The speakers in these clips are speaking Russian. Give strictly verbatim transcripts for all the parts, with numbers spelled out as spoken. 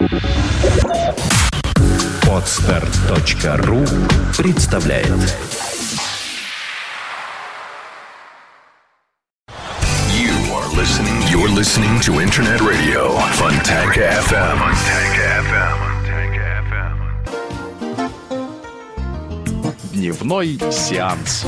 Подстер точка ру представляет. You are listening. You're listening to Internet Radio Fontanka эф эм. Дневной сеанс.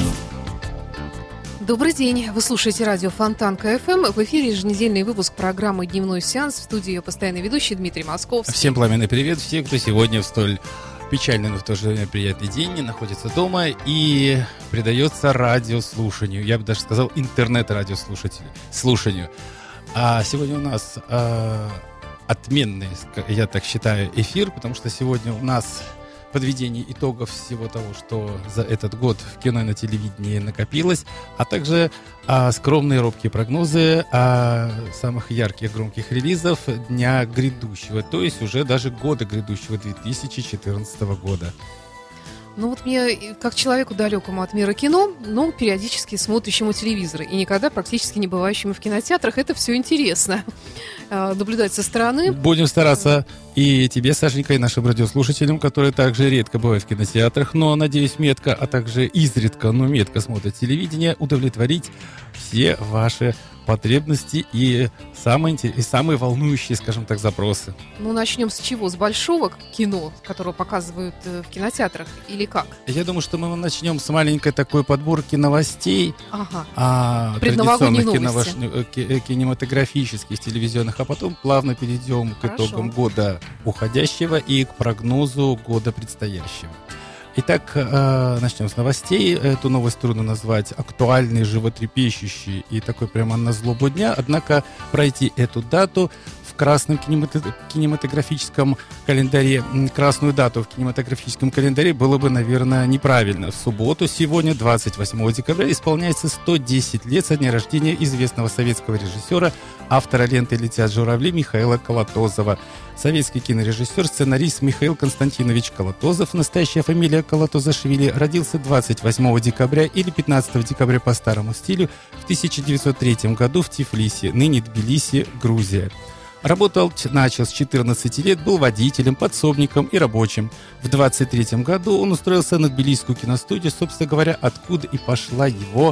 Добрый день. Вы слушаете радио Фонтанка эф эм. В эфире еженедельный выпуск программы «Дневной сеанс». В студии ее постоянный ведущий Дмитрий Московский. Всем пламенный привет. Всем, кто сегодня в столь печальный, но в то же время приятный день находится дома и предается радиослушанию. Я бы даже сказал интернет-радиослушателю. Слушанию. А сегодня у нас э, отменный, я так считаю, эфир, потому что сегодня у нас подведение итогов всего того, что за этот год в кино и на телевидении накопилось, а также а, скромные робкие прогнозы о самых ярких громких релизов дня грядущего, то есть уже даже года грядущего две тысячи четырнадцатого года. Ну вот мне, как человеку далекому от мира кино, но периодически смотрящему телевизор и никогда практически не бывающему в кинотеатрах, это все интересно. Наблюдать со стороны. Будем стараться и тебе, Сашенька, и нашим радиослушателям, которые также редко бывают в кинотеатрах, но, надеюсь, метко, а также изредка, но метко смотрят телевидение, удовлетворить все ваши потребности и самые, и самые волнующие, скажем так, запросы. Ну, начнем с чего? С большого кино, которое показывают в кинотеатрах, или как? Я думаю, что мы начнем с маленькой такой подборки новостей, ага. а, традиционных кино- кинематографических, телевизионных, а потом плавно перейдем к Хорошо. итогам года уходящего и к прогнозу года предстоящего. Итак, э, начнем с новостей. Эту новость трудно назвать актуальной, животрепещущей и такой прямо на злобу дня. Однако пройти эту дату в красном кинематографическом календаре, красную дату в кинематографическом календаре было бы, наверное, неправильно. В субботу, сегодня, двадцать восьмого декабря, исполняется сто десять лет со дня рождения известного советского режиссера, автора ленты «Летят журавли» Михаила Колотозова. Советский кинорежиссер, сценарист Михаил Константинович Колотозов, настоящая фамилия Колотозашвили, родился двадцать восьмого декабря или пятнадцатого декабря по старому стилю в тысяча девятьсот третьем году в Тифлисе, ныне Тбилиси, Грузия. Работал, начал с четырнадцати лет, был водителем, подсобником и рабочим. В двадцать третьем году он устроился на тбилисскую киностудию, собственно говоря, откуда и пошла его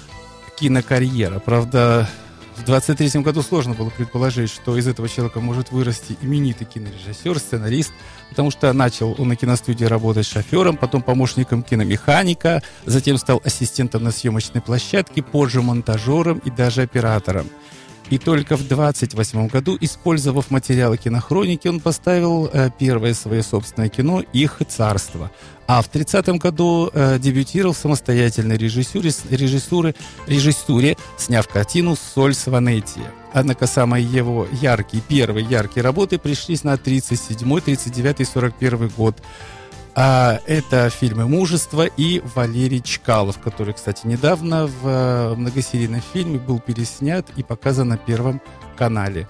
кинокарьера. Правда, в двадцать третьем году сложно было предположить, что из этого человека может вырасти именитый кинорежиссер, сценарист, потому что начал он на киностудии работать шофером, потом помощником киномеханика, затем стал ассистентом на съемочной площадке, позже монтажером и даже оператором. И только в двадцать восьмом году, использовав материалы кинохроники, он поставил э, первое свое собственное кино «Их царство». А в тридцатом году э, дебютировал в самостоятельной режиссуре, режиссуре, режиссуре, сняв картину «Соль Сванетия». Однако самые его яркие, первые яркие работы пришлись на тридцать седьмой, тридцать девятый, сорок первый год. А это фильмы «Мужество» и Валерий Чкалов, который, кстати, недавно в многосерийном фильме был переснят и показан на Первом канале.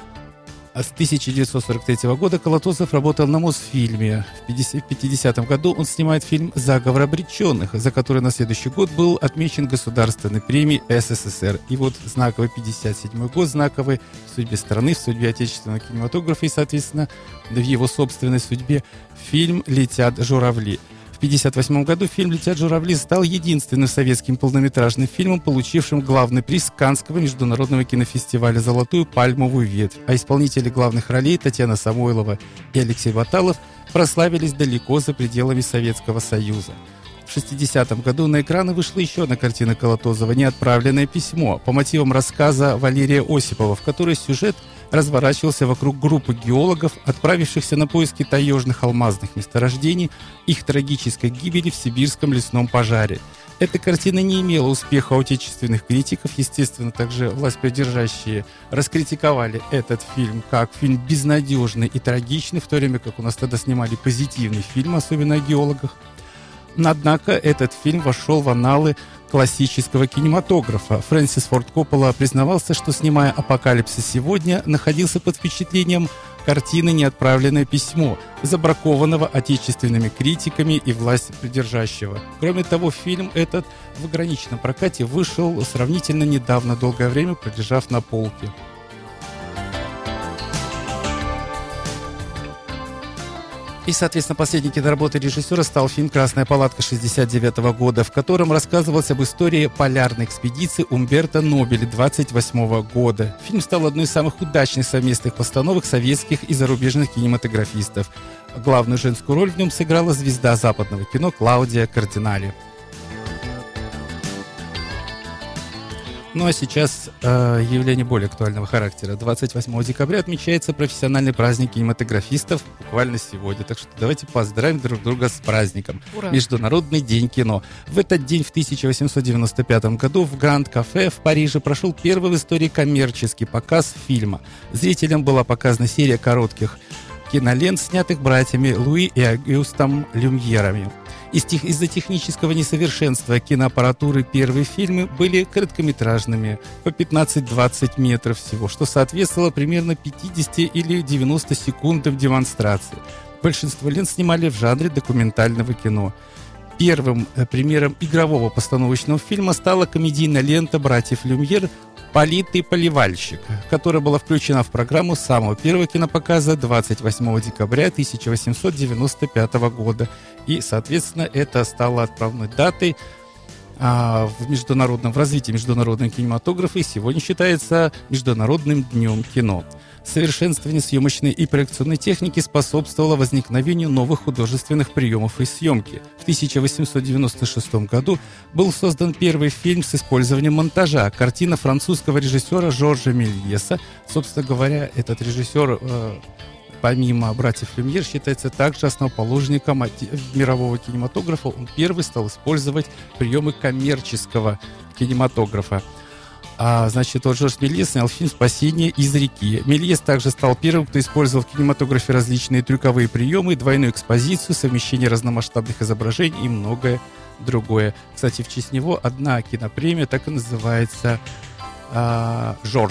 А с тысяча девятьсот сорок третьего года Колотозов работал на Мосфильме. В пятидесятом году он снимает фильм «Заговор обреченных», за который на следующий год был отмечен Государственной премией эс эс эс эр. И вот знаковый пятьдесят седьмой год, знаковый в судьбе страны, в судьбе отечественного кинематографа и, соответственно, в его собственной судьбе фильм «Летят журавли». В пятьдесят восьмом году фильм «Летят журавли» стал единственным советским полнометражным фильмом, получившим главный приз Каннского международного кинофестиваля «Золотую пальмовую ветвь», а исполнители главных ролей Татьяна Самойлова и Алексей Баталов прославились далеко за пределами Советского Союза. В шестидесятом году на экраны вышла еще одна картина Колотозова «Неотправленное письмо» по мотивам рассказа Валерия Осипова, в которой сюжет разворачивался вокруг группы геологов, отправившихся на поиски таежных алмазных месторождений, их трагической гибели в сибирском лесном пожаре. Эта картина не имела успеха у отечественных критиков. Естественно, также властьпридержащие раскритиковали этот фильм как фильм безнадежный и трагичный, в то время как у нас тогда снимали позитивный фильм, особенно о геологах. Однако этот фильм вошел в анналы классического кинематографа. Фрэнсис Форд Коппола признавался, что, снимая «Апокалипсис сегодня», находился под впечатлением картины «Неотправленное письмо», забракованного отечественными критиками и власть придержащего. Кроме того, фильм этот в ограниченном прокате вышел сравнительно недавно, долгое время пролежав на полке. И, соответственно, последней киноработой режиссера стал фильм «Красная палатка» шестьдесят девятого года, в котором рассказывалось об истории полярной экспедиции Умберто Нобеля двадцать восьмого года. Фильм стал одной из самых удачных совместных постановок советских и зарубежных кинематографистов. Главную женскую роль в нем сыграла звезда западного кино Клаудия Кардинали. Ну а сейчас э, явление более актуального характера. двадцать восьмого декабря отмечается профессиональный праздник кинематографистов буквально сегодня. Так что давайте поздравим друг друга с праздником. Ура. Международный день кино. В этот день в тысяча восемьсот девяносто пятом году в Гранд-кафе в Париже прошел первый в истории коммерческий показ фильма. Зрителям была показана серия коротких кинолент, снятых братьями Луи и Агюстом Люмьерами. Из тех, из-за технического несовершенства киноаппаратуры первые фильмы были короткометражными, по пятнадцать-двадцать метров всего, что соответствовало примерно пятьдесят или девяносто секундам демонстрации. Большинство лент снимали в жанре документального кино. Первым э, примером игрового постановочного фильма стала комедийная лента братьев Люмьер «Политый поливальщик», которая была включена в программу самого первого кинопоказа двадцать восьмого декабря тысяча восемьсот девяносто пятого года. И, соответственно, это стало отправной датой а, в международном в развитии международного кинематографа и сегодня считается Международным днем кино. Совершенствование съемочной и проекционной техники способствовало возникновению новых художественных приемов и съемки. В тысяча восемьсот девяносто шестом году был создан первый фильм с использованием монтажа, картина французского режиссера Жоржа Мельеса. Собственно говоря, этот режиссер, э, помимо братьев Люмьер, считается также основоположником мирового кинематографа. Он первый стал использовать приемы коммерческого кинематографа. А, значит, вот Жорж Мельес снял фильм «Спасение из реки». Мельес также стал первым, кто использовал в кинематографе различные трюковые приемы, двойную экспозицию, совмещение разномасштабных изображений и многое другое. Кстати, в честь него одна кинопремия так и называется а, «Жорж».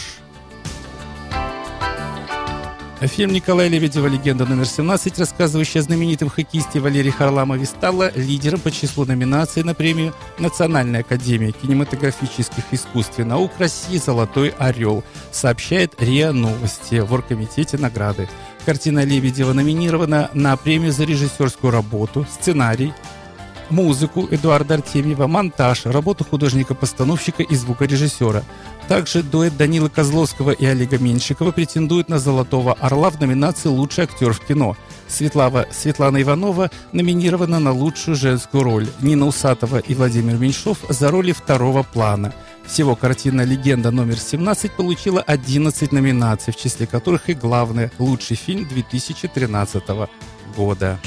Фильм Николая Лебедева «Легенда номер семнадцать», рассказывающий о знаменитом хоккеисте Валерии Харламове, стала лидером по числу номинаций на премию Национальной академии кинематографических искусств и наук России «Золотой орел», сообщает РИА Новости в оргкомитете награды. Картина Лебедева номинирована на премию за режиссерскую работу, сценарий, музыку Эдуарда Артемьева, монтаж, работу художника-постановщика и звукорежиссера. Также дуэт Данилы Козловского и Олега Меньшикова претендует на «Золотого орла» в номинации «Лучший актер в кино». Светлава, Светлана Иванова номинирована на лучшую женскую роль. Нина Усатова и Владимир Меньшов за роли второго плана. Всего картина «Легенда номер семнадцать» получила одиннадцать номинаций, в числе которых и главное – лучший фильм две тысячи тринадцатого года.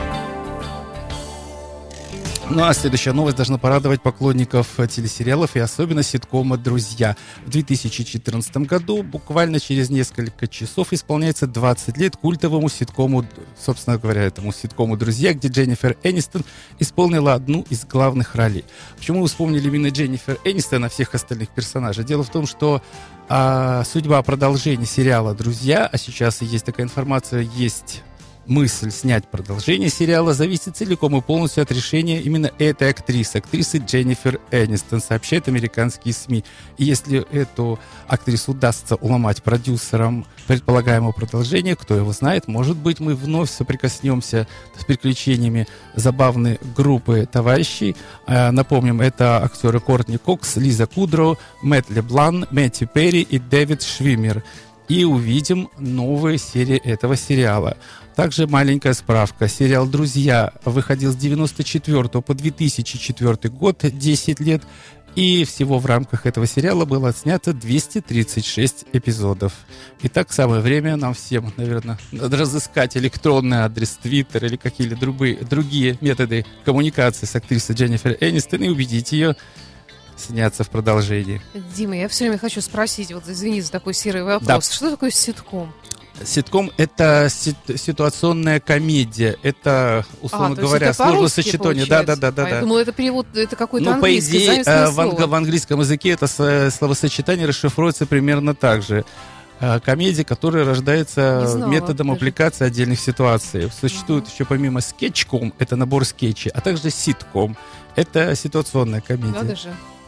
Ну а следующая новость должна порадовать поклонников телесериалов и особенно ситкома «Друзья». В две тысячи четырнадцатом году, буквально через несколько часов, исполняется двадцать лет культовому ситкому, собственно говоря, этому ситкому «Друзья», где Дженнифер Энистон исполнила одну из главных ролей. Почему вы вспомнили именно Дженнифер Энистон, а всех остальных персонажей? Дело в том, что а, судьба продолжения сериала «Друзья», а сейчас и есть такая информация, есть... мысль снять продолжение сериала зависит целиком и полностью от решения именно этой актрисы, актрисы Дженнифер Энистон, сообщают американские СМИ. И если эту актрису удастся уломать продюсерам предполагаемого продолжения, кто его знает, может быть, мы вновь соприкоснемся с приключениями забавной группы товарищей. Напомним, это актеры Кортни Кокс, Лиза Кудроу, Мэтт Леблан, Мэтью Перри и Дэвид Швиммер. И увидим новые серии этого сериала. Также маленькая справка. Сериал «Друзья» выходил с девяносто четвёртого по две тысячи четвёртый год, десять лет. И всего в рамках этого сериала было отснято двести тридцать шесть эпизодов. Итак, самое время нам всем, наверное, надо разыскать электронный адрес, твиттер или какие-либо другие, другие методы коммуникации с актрисой Дженнифер Энистон и убедить ее сняться в продолжении. Дима, я все время хочу спросить, вот извини за такой серый вопрос, да. Что такое ситком? Ситком — это си- ситуационная комедия, это, условно а, говоря, словосочетание. Да, да, да, да. Я думала, это перевод, это какой-то ну, английский, по идее, в, слово. в английском языке это словосочетание расшифруется примерно так же. Комедия, которая рождается знала, методом даже. аппликации отдельных ситуаций. Существует uh-huh. еще помимо скетчком, это набор скетчей, а также ситком, это ситуационная комедия. Надо же.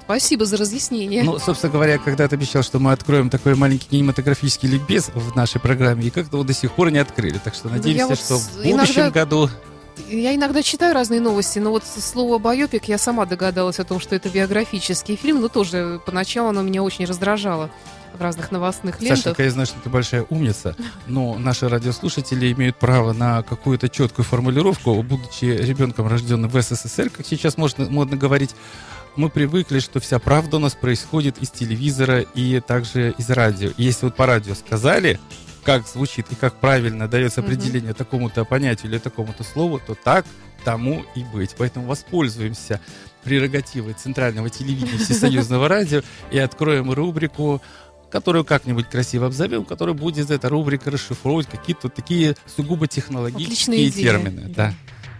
Спасибо за разъяснение. Ну, собственно говоря, когда-то обещал, что мы откроем такой маленький кинематографический ликбез в нашей программе, и как-то его до сих пор не открыли. Так что надеемся, вот что в иногда... будущем году... Я иногда читаю разные новости, но вот слово «байопик» я сама догадалась о том, что это биографический фильм, но тоже поначалу оно меня очень раздражало в разных новостных лентах. Сашенька, я знаю, что ты большая умница, но наши радиослушатели имеют право на какую-то четкую формулировку. Будучи ребенком, рожденным в СССР, как сейчас можно, модно говорить, мы привыкли, что вся правда у нас происходит из телевизора и также из радио. И если вот по радио сказали, как звучит и как правильно дается определение mm-hmm. такому-то понятию или такому-то слову, то так тому и быть. Поэтому воспользуемся прерогативой Центрального телевидения Всесоюзного радио и откроем рубрику, которую как-нибудь красиво обзовем, которая будет эта рубрика расшифровывать какие-то такие сугубо технологические термины. Да.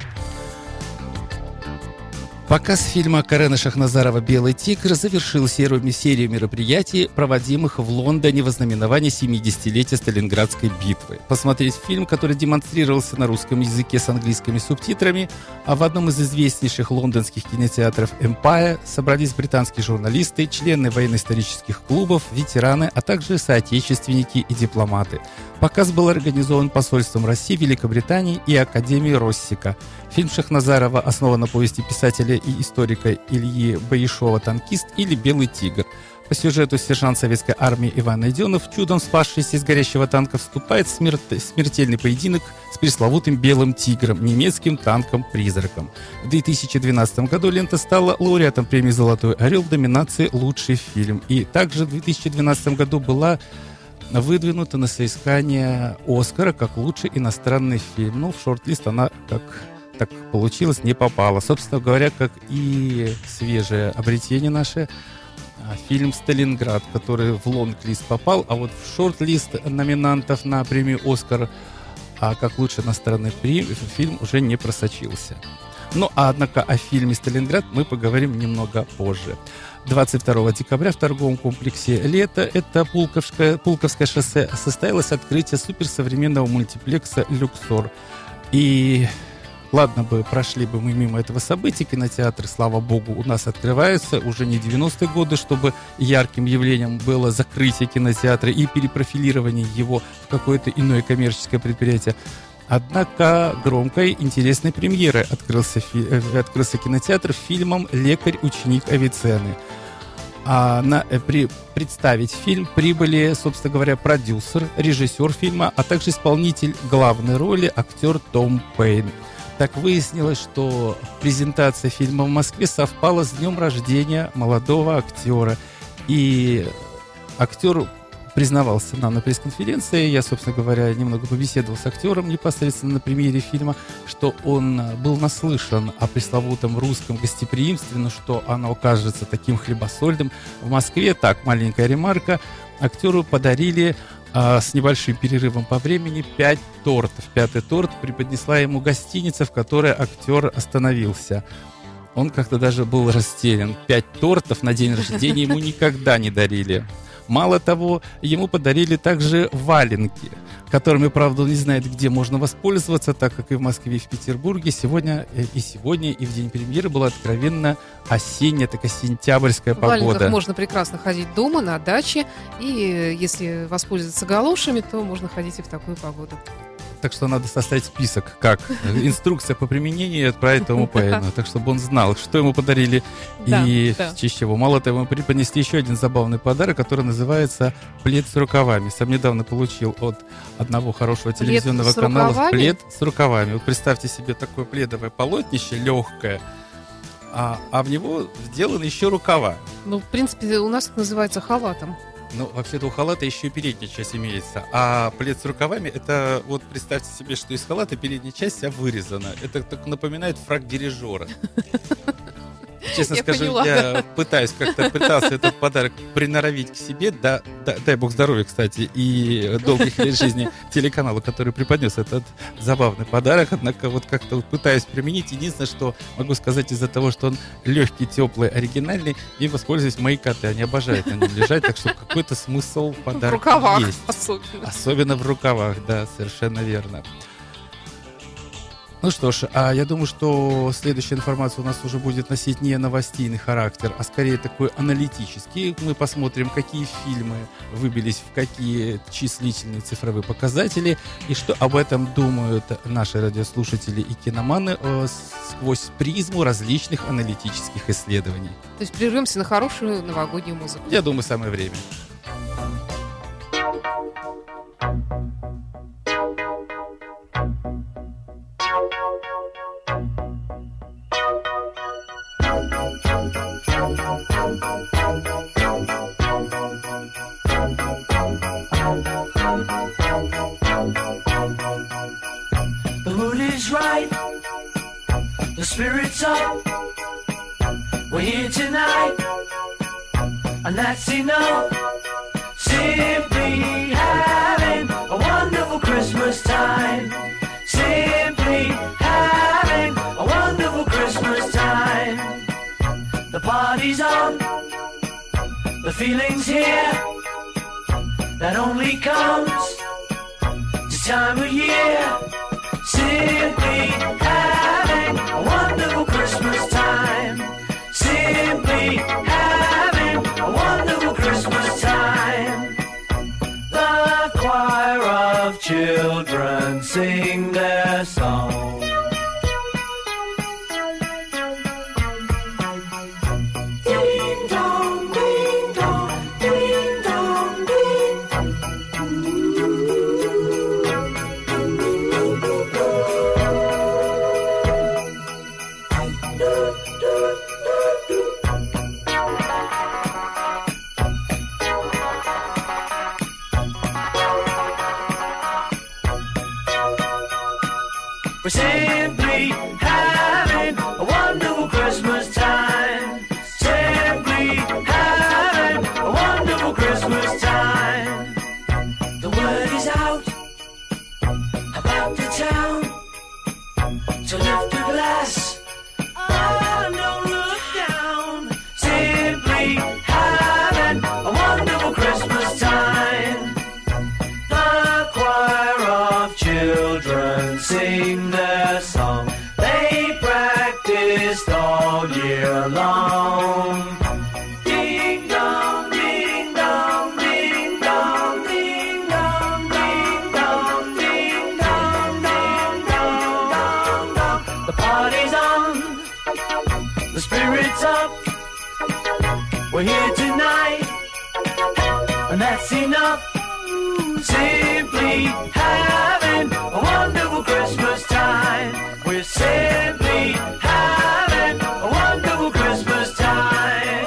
Показ фильма Карена Шахназарова «Белый тигр» завершил серию, серию мероприятий, проводимых в Лондоне во знаменование семидесятилетия Сталинградской битвы. Посмотреть фильм, который демонстрировался на русском языке с английскими субтитрами, а в одном из известнейших лондонских кинотеатров Empire собрались британские журналисты, члены военно-исторических клубов, ветераны, а также соотечественники и дипломаты. Показ был организован посольством России, Великобритании и Академией Россика. Фильм Шахназарова основан на повести писателя и историка Ильи Баишова «Танкист» или «Белый тигр». По сюжету сержант советской армии Иван Найденов, чудом спасшийся из горящего танка, вступает в смер... смертельный поединок с пресловутым «Белым тигром», немецким танком-призраком. В две тысячи двенадцатом году лента стала лауреатом премии «Золотой орел» в номинации «Лучший фильм». И также в две тысячи двенадцатом году была выдвинута на соискание «Оскара» как лучший иностранный фильм. Ну, в шорт-лист она, как так получилось, не попала. Собственно говоря, как и свежее обретение наше, фильм «Сталинград», который в лонг-лист попал, а вот в шорт-лист номинантов на премию «Оскар», а как лучший иностранный фильм, уже не просочился. Ну, а однако о фильме «Сталинград» мы поговорим немного позже. двадцать второго декабря в торговом комплексе «Лето», это Пулковское, Пулковское шоссе, состоялось открытие суперсовременного мультиплекса «Люксор». И ладно бы, прошли бы мы мимо этого события, кинотеатры, слава богу, у нас открываются уже не девяностые годы, чтобы ярким явлением было закрытие кинотеатра и перепрофилирование его в какое-то иное коммерческое предприятие. Однако громкой, интересной премьерой открылся, фи- открылся кинотеатр фильмом «Лекарь, ученик Авиценны». А на, при, представить фильм прибыли, собственно говоря, продюсер, режиссер фильма, а также исполнитель главной роли, актер Том Пейн. Так выяснилось, что презентация фильма в Москве совпала с днем рождения молодого актера. И актер признавался нам на пресс-конференции, я, собственно говоря, немного побеседовал с актером непосредственно на премьере фильма, что он был наслышан о пресловутом русском гостеприимстве, но что оно кажется таким хлебосольным. В Москве, так, маленькая ремарка, актеру подарили а, с небольшим перерывом по времени пять тортов. Пятый торт преподнесла ему гостиница, в которой актер остановился. Он как-то даже был растерян. Пять тортов на день рождения ему никогда не дарили. Мало того, ему подарили также валенки, которыми, правда, он не знает, где можно воспользоваться, так как и в Москве, и в Петербурге сегодня, и сегодня, и в день премьеры была откровенно осенняя, такая сентябрьская погода. В валенках можно прекрасно ходить дома, на даче, и если воспользоваться галошами, то можно ходить и в такую погоду. Так что надо составить список, как инструкция по применению и отправить тому Пейну, так чтобы он знал, что ему подарили и в честь чего. Мало того, мы преподнесли еще один забавный подарок, который называется «Плед с рукавами». Сам недавно получил от одного хорошего телевизионного канала плед с рукавами. Вот представьте себе такое пледовое полотнище, легкое, а, а в него сделаны еще рукава. Ну, в принципе, у нас это называется халатом. Ну, вообще-то у халата еще и передняя часть имеется. А плед с рукавами, это вот представьте себе, что из халата передняя часть вся вырезана. Это так напоминает фрак дирижера. Честно я скажу, поняла. Я пытаюсь как-то пытался этот подарок приноровить к себе. Да, да, дай бог здоровья, кстати, и долгих лет жизни телеканалу, который преподнес этот забавный подарок. Однако вот как-то вот пытаюсь применить. Единственное, что могу сказать, из-за того, что он легкий, теплый, оригинальный, и воспользуюсь мои коты. Они обожают на нем лежать, так что какой-то смысл в подарке есть. В рукавах особенно. Особенно в рукавах, да, совершенно верно. Ну что ж, а я думаю, что следующая информация у нас уже будет носить не новостейный характер, а скорее такой аналитический. Мы посмотрим, какие фильмы выбились в какие числительные цифровые показатели, и что об этом думают наши радиослушатели и киноманы э, сквозь призму различных аналитических исследований. То есть прервемся на хорошую новогоднюю музыку. Я думаю, самое время. The mood is right, the spirit's up. We're here tonight, and that's enough. Simply having a wonderful Christmas time. Simply having a wonderful Christmas time. The party's on, the feeling's here. That only comes this time of year. Simply having a wonderful Christmas time. Simply having a wonderful Christmas time. The choir of children sing their song. Ding dong, ding dong, ding dong, ding. We're simply having a wonderful Christmas time. Simply having a wonderful Christmas time. The word is out about the town, so lift a glass, oh, don't look down. Simply having a wonderful Christmas time. The choir of children sing their song. They practiced all year long. Ding dong, ding dong, ding dong, ding dong, ding dong, ding dong, ding dong, dong, dong. The party's on, the spirit's up. We're here tonight, and that's enough. Simply having a wonderful Christmas time. We're simply having a wonderful Christmas time.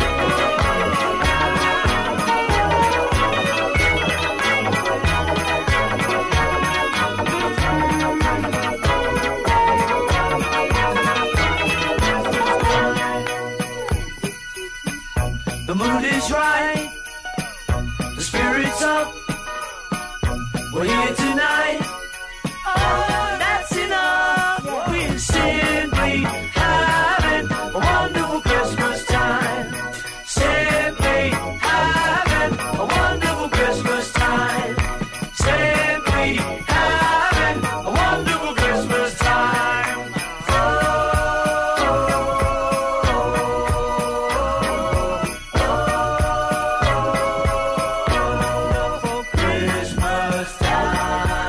The mood is right, the spirit's up. We're here tonight, oh, that's enough. We're simply having a wonderful Christmas time. Simply having a wonderful Christmas time. Simply having a wonderful Christmas time. Oh, oh, Christmas time.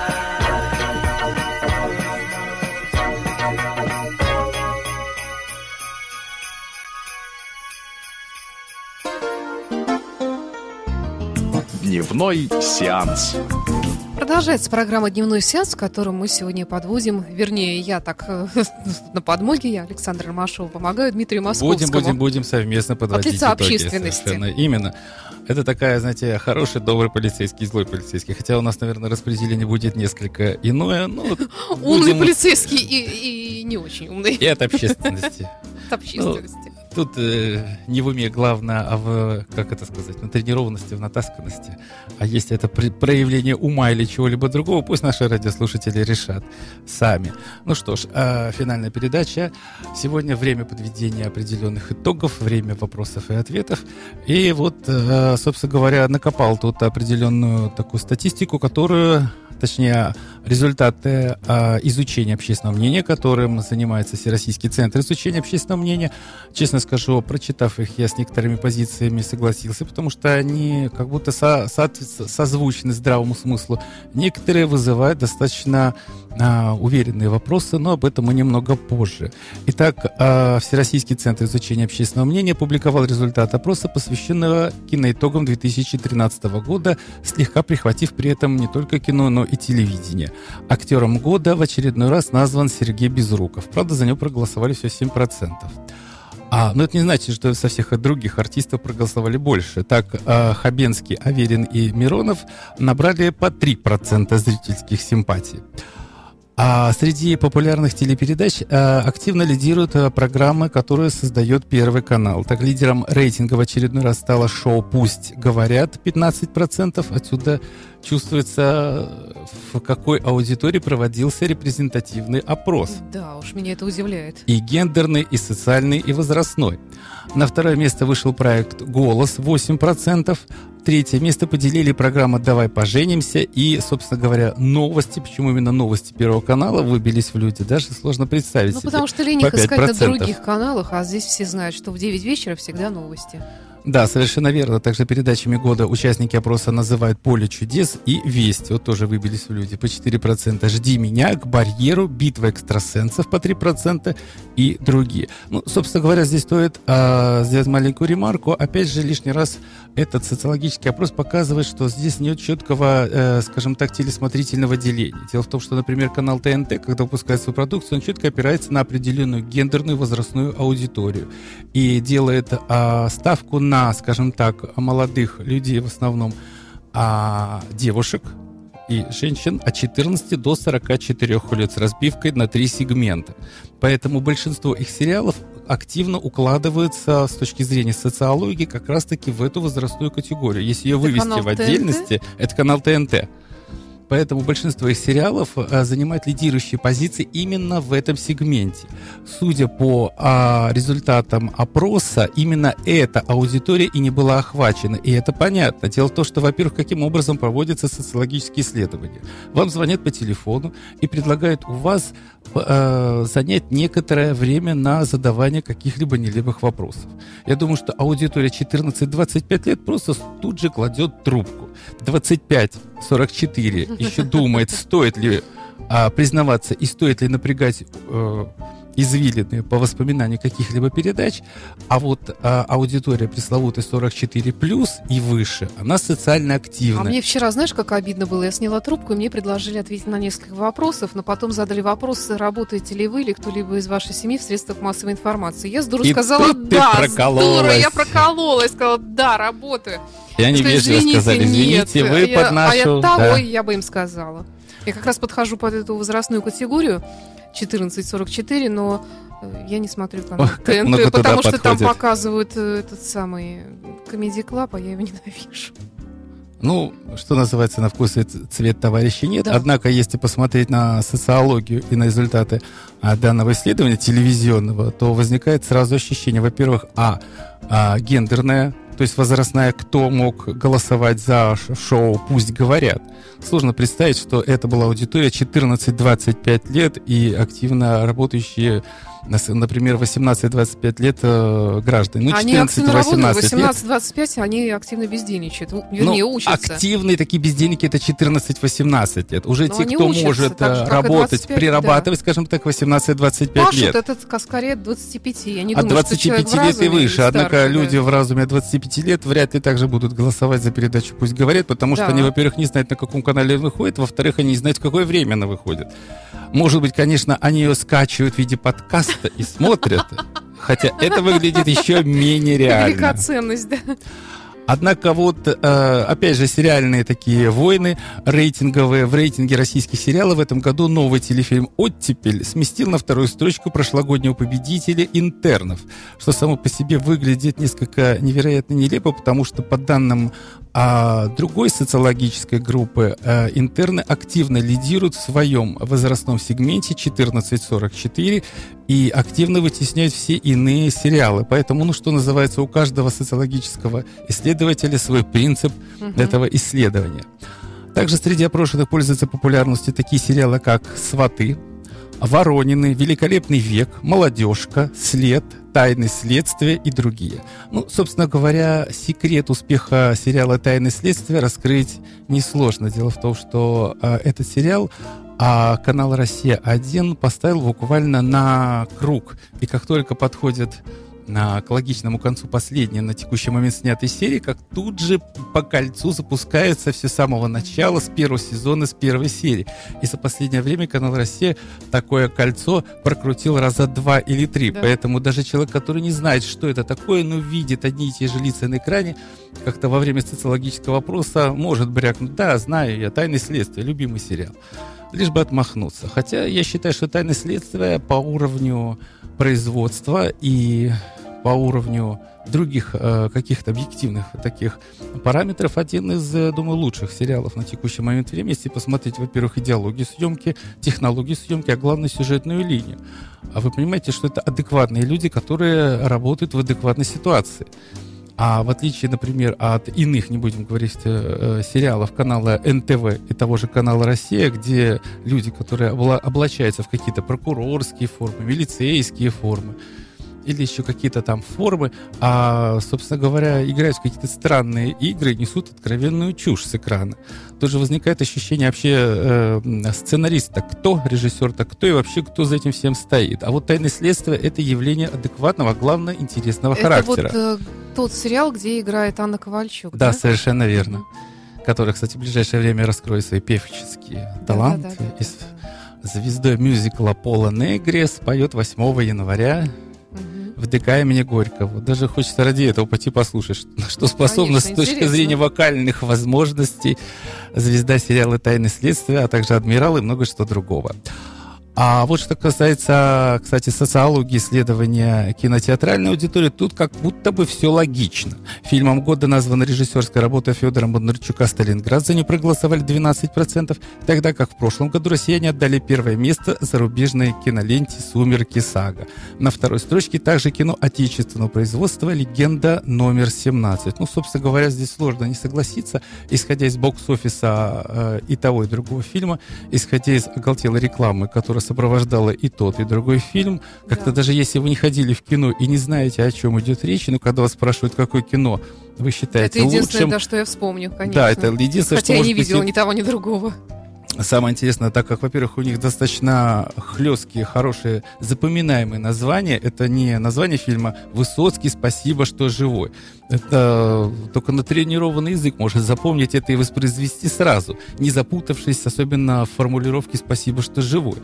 Дневной сеанс. Продолжается программа «Дневной сеанс», в котором мы сегодня подводим, вернее, я так на подмоге, я, Александра Ромашова, помогаю Дмитрию Московскому. Будем, будем, будем совместно подводить От лица итоги. общественности. Совершенно. Именно. Это такая, знаете, хороший, добрый полицейский, злой полицейский. Хотя у нас, наверное, распределение будет несколько иное. Ну, вот умный будем... полицейский и, и не очень умный. И от общественности. От общественности. Ну, тут э, не в уме главное, а в, как это сказать, на тренированности, в натасканности. А если это при, проявление ума или чего-либо другого, пусть наши радиослушатели решат сами. Ну что ж, э, финальная передача. Сегодня время подведения определенных итогов, время вопросов и ответов. И вот, э, собственно говоря, накопал тут определенную такую статистику, которую, точнее, результаты а, изучения общественного мнения, которым занимается Всероссийский центр изучения общественного мнения. Честно скажу, прочитав их, я с некоторыми позициями согласился, потому что они как будто со, со, созвучны здравому смыслу. Некоторые вызывают достаточно а, уверенные вопросы, но об этом мы немного позже. Итак, а, Всероссийский центр изучения общественного мнения опубликовал результат опроса, посвященного киноитогам две тысячи тринадцатого года, слегка прихватив при этом не только кино, но и телевидение. Актером года в очередной раз назван Сергей Безруков. Правда, за него проголосовали всего семь процентов. А, но это не значит, что со всех других артистов проголосовали больше. Так, э, Хабенский, Аверин и Миронов набрали по три процента зрительских симпатий. А среди популярных телепередач э, активно лидируют э, программы, которые создает Первый канал. Так, лидером рейтинга в очередной раз стало шоу «Пусть говорят» пятнадцать процентов. Отсюда чувствуется, в какой аудитории проводился репрезентативный опрос. Да, уж меня это удивляет. И гендерный, и социальный, и возрастной. На второе место вышел проект «Голос» восемь процентов. Третье место поделили программа «Давай поженимся» и, собственно говоря, новости. Почему именно новости Первого канала выбились в люди, даже сложно представить Ну, себе. потому что лень их По пять искать на процентов. других каналах, а здесь все знают, что в девять вечера всегда новости. Да, совершенно верно. Также передачами года участники опроса называют «Поле чудес» и «Вести». Вот тоже выбились в люди по четыре процента. «Жди меня», «К барьеру», «Битва экстрасенсов» по три процента и другие. Ну, собственно говоря, здесь стоит а, сделать маленькую ремарку. Опять же, лишний раз этот социологический опрос показывает, что здесь нет четкого, э, скажем так, телесмотрительного деления. Дело в том, что, например, канал ТНТ, когда выпускает свою продукцию, он четко опирается на определенную гендерную возрастную аудиторию и делает а, ставку на на, скажем так, молодых людей, в основном а, девушек и женщин от четырнадцати до сорока четырёх лет с разбивкой на три сегмента. Поэтому большинство их сериалов активно укладываются с точки зрения социологии как раз-таки в эту возрастную категорию. Если ее Это вывести в отдельности, ТНТ? Это канал ТНТ. Поэтому большинство их сериалов а, занимает лидирующие позиции именно в этом сегменте. Судя по а, результатам опроса, именно эта аудитория и не была охвачена. И это понятно. Дело в том, что, во-первых, каким образом проводятся социологические исследования. Вам звонят по телефону и предлагают у вас а, занять некоторое время на задавание каких-либо нелепых вопросов. Я думаю, что аудитория четырнадцать-двадцать пять лет просто тут же кладет трубку. двадцать пять сорок четыре еще думает, стоит ли а, признаваться и стоит ли напрягать э, извилины по воспоминанию каких-либо передач, а вот а, аудитория пресловутая сорок четыре плюс и выше, она социально активна. А мне вчера, знаешь, как обидно было? Я сняла трубку, и мне предложили ответить на несколько вопросов, но потом задали вопрос, работаете ли вы или кто-либо из вашей семьи в средствах массовой информации. Я с дуру И сказала, тут ты да, прокололась. здорово, я прокололась, сказала, да, работаю. И они Что, вежливо извините, сказали, извините, нет. вы я, под нашу... А я, да, да. ой, я бы им сказала. Я как раз подхожу под эту возрастную категорию четырнадцать сорок четыре, но я не смотрю канал Ох, как много ТНТ, туда потому что там подходит. показывают э, этот самый Comedy Club, а я его ненавижу. Ну, что называется, на вкус и цвет товарища нет. Да. Однако, если посмотреть на социологию и на результаты а, данного исследования телевизионного, то возникает сразу ощущение, во-первых, а, а гендерное, то есть возрастная, кто мог голосовать за шоу «Пусть говорят». Сложно представить, что это была аудитория четырнадцать-двадцать пять лет и активно работающие, например, восемнадцать-двадцать пять лет э, граждане. Ну, они активно работают, лет. восемнадцать-двадцать пять, они активно бездельничают, вернее, Ну, учатся. активные такие бездельники — это четырнадцать-восемнадцать лет. Уже Но те, они кто учатся, может так же, э, как и работать, двадцать пять, прирабатывать, скажем так, восемнадцать-двадцать пять Пашут лет. этот скорее от двадцати пяти. Я не От думаю, что двадцати человек пяти в лет и разуме выше. или Однако старше, люди да. в разуме от двадцати пяти лет вряд ли также будут голосовать за передачу «Пусть говорят», потому что Да. они, во-первых, не знают, на каком канале он выходит, во-вторых, они не знают, в какое время она выходит. Может быть, конечно, они ее скачивают в виде подкаста и смотрят, хотя это выглядит еще менее реально. Велика ценность, да. Однако вот, э, опять же, сериальные такие войны рейтинговые. В рейтинге российских сериалов в этом году новый телефильм «Оттепель» сместил на вторую строчку прошлогоднего победителя «Интернов», что само по себе выглядит несколько невероятно нелепо, потому что по данным а, другой социологической группы а, «Интерны» активно лидируют в своем возрастном сегменте четырнадцать сорок четыре и активно вытесняют все иные сериалы. Поэтому, ну, что называется, у каждого социологического исследователя свой принцип Мгм. этого исследования. Также среди опрошенных пользуются популярностью такие сериалы, как «Сваты», «Воронины», «Великолепный век», «Молодежка», «След», «Тайны следствия» и другие. Ну, собственно говоря, секрет успеха сериала «Тайны следствия» раскрыть несложно. Дело в том, что э, этот сериал а канал «Россия-один» поставил буквально на круг. И как только подходит на, к логичному концу последней на текущий момент снятой серии, как тут же по кольцу запускается все с самого начала, с первого сезона, с первой серии. И за последнее время канал «Россия» такое кольцо прокрутил раза два или три. Да. Поэтому даже человек, который не знает, что это такое, но видит одни и те же лица на экране, как-то во время социологического вопроса может брякнуть: да, знаю я, «Тайны следствия», любимый сериал. Лишь бы отмахнуться. Хотя я считаю, что «Тайны следствия» по уровню производства и по уровню других э, каких-то объективных таких параметров один из, э, думаю, лучших сериалов на текущий момент времени. Если посмотреть, во-первых, идеологию съемки, технологию съемки, а главное, сюжетную линию. А вы понимаете, что это адекватные люди, которые работают в адекватной ситуации. А в отличие, например, от иных, не будем говорить, э, сериалов канала эн тэ вэ и того же канала «Россия», где люди, которые обла- облачаются в какие-то прокурорские формы, милицейские формы, или еще какие-то там формы, а, собственно говоря, играют в какие-то странные игры, несут откровенную чушь с экрана. Тут же возникает ощущение вообще э, сценариста, кто, режиссер-то кто и вообще кто за этим всем стоит. А вот «Тайны следствия» — это явление адекватного, а главное, интересного это характера. Это вот э, тот сериал, где играет Анна Ковальчук. Да, да? совершенно верно. Mm-hmm. Которая, кстати, в ближайшее время раскроет свои певческие да, таланты. Да, да, да, и с звездой мюзикла Пола Негри споет восьмого января в ДК имени Горького. Даже хочется ради этого пойти послушать, на что способна с точки интересно. зрения вокальных возможностей звезда сериала «Тайны следствия», а также «Адмирал» и много что другого. А вот что касается, кстати, социологии исследования кинотеатральной аудитории, тут как будто бы все логично. Фильмом года названа режиссерская работа Федора Бондарчука «Сталинград». За нее проголосовали двенадцать процентов, тогда как в прошлом году россияне отдали первое место зарубежной киноленте «Сумерки. Сага». На второй строчке также кино отечественного производства «Легенда номер семнадцать». Ну, собственно говоря, здесь сложно не согласиться, исходя из бокс-офиса э, и того, и другого фильма, исходя из оголтелой рекламы, которая сопровождала и тот, и другой фильм. Как-то да. даже если вы не ходили в кино и не знаете, о чем идет речь, но когда вас спрашивают, какое кино вы считаете лучшим... Это единственное, лучшим... да, что я вспомню, конечно. Да, это единственное, Хотя что я может не видела быть... ни того, ни другого. Самое интересное, так как, во-первых, у них достаточно хлесткие, хорошие, запоминаемые названия. Это не название фильма «Высоцкий, спасибо, что живой». Это только натренированный язык может запомнить это и воспроизвести сразу, не запутавшись, особенно в формулировке «спасибо, что живой».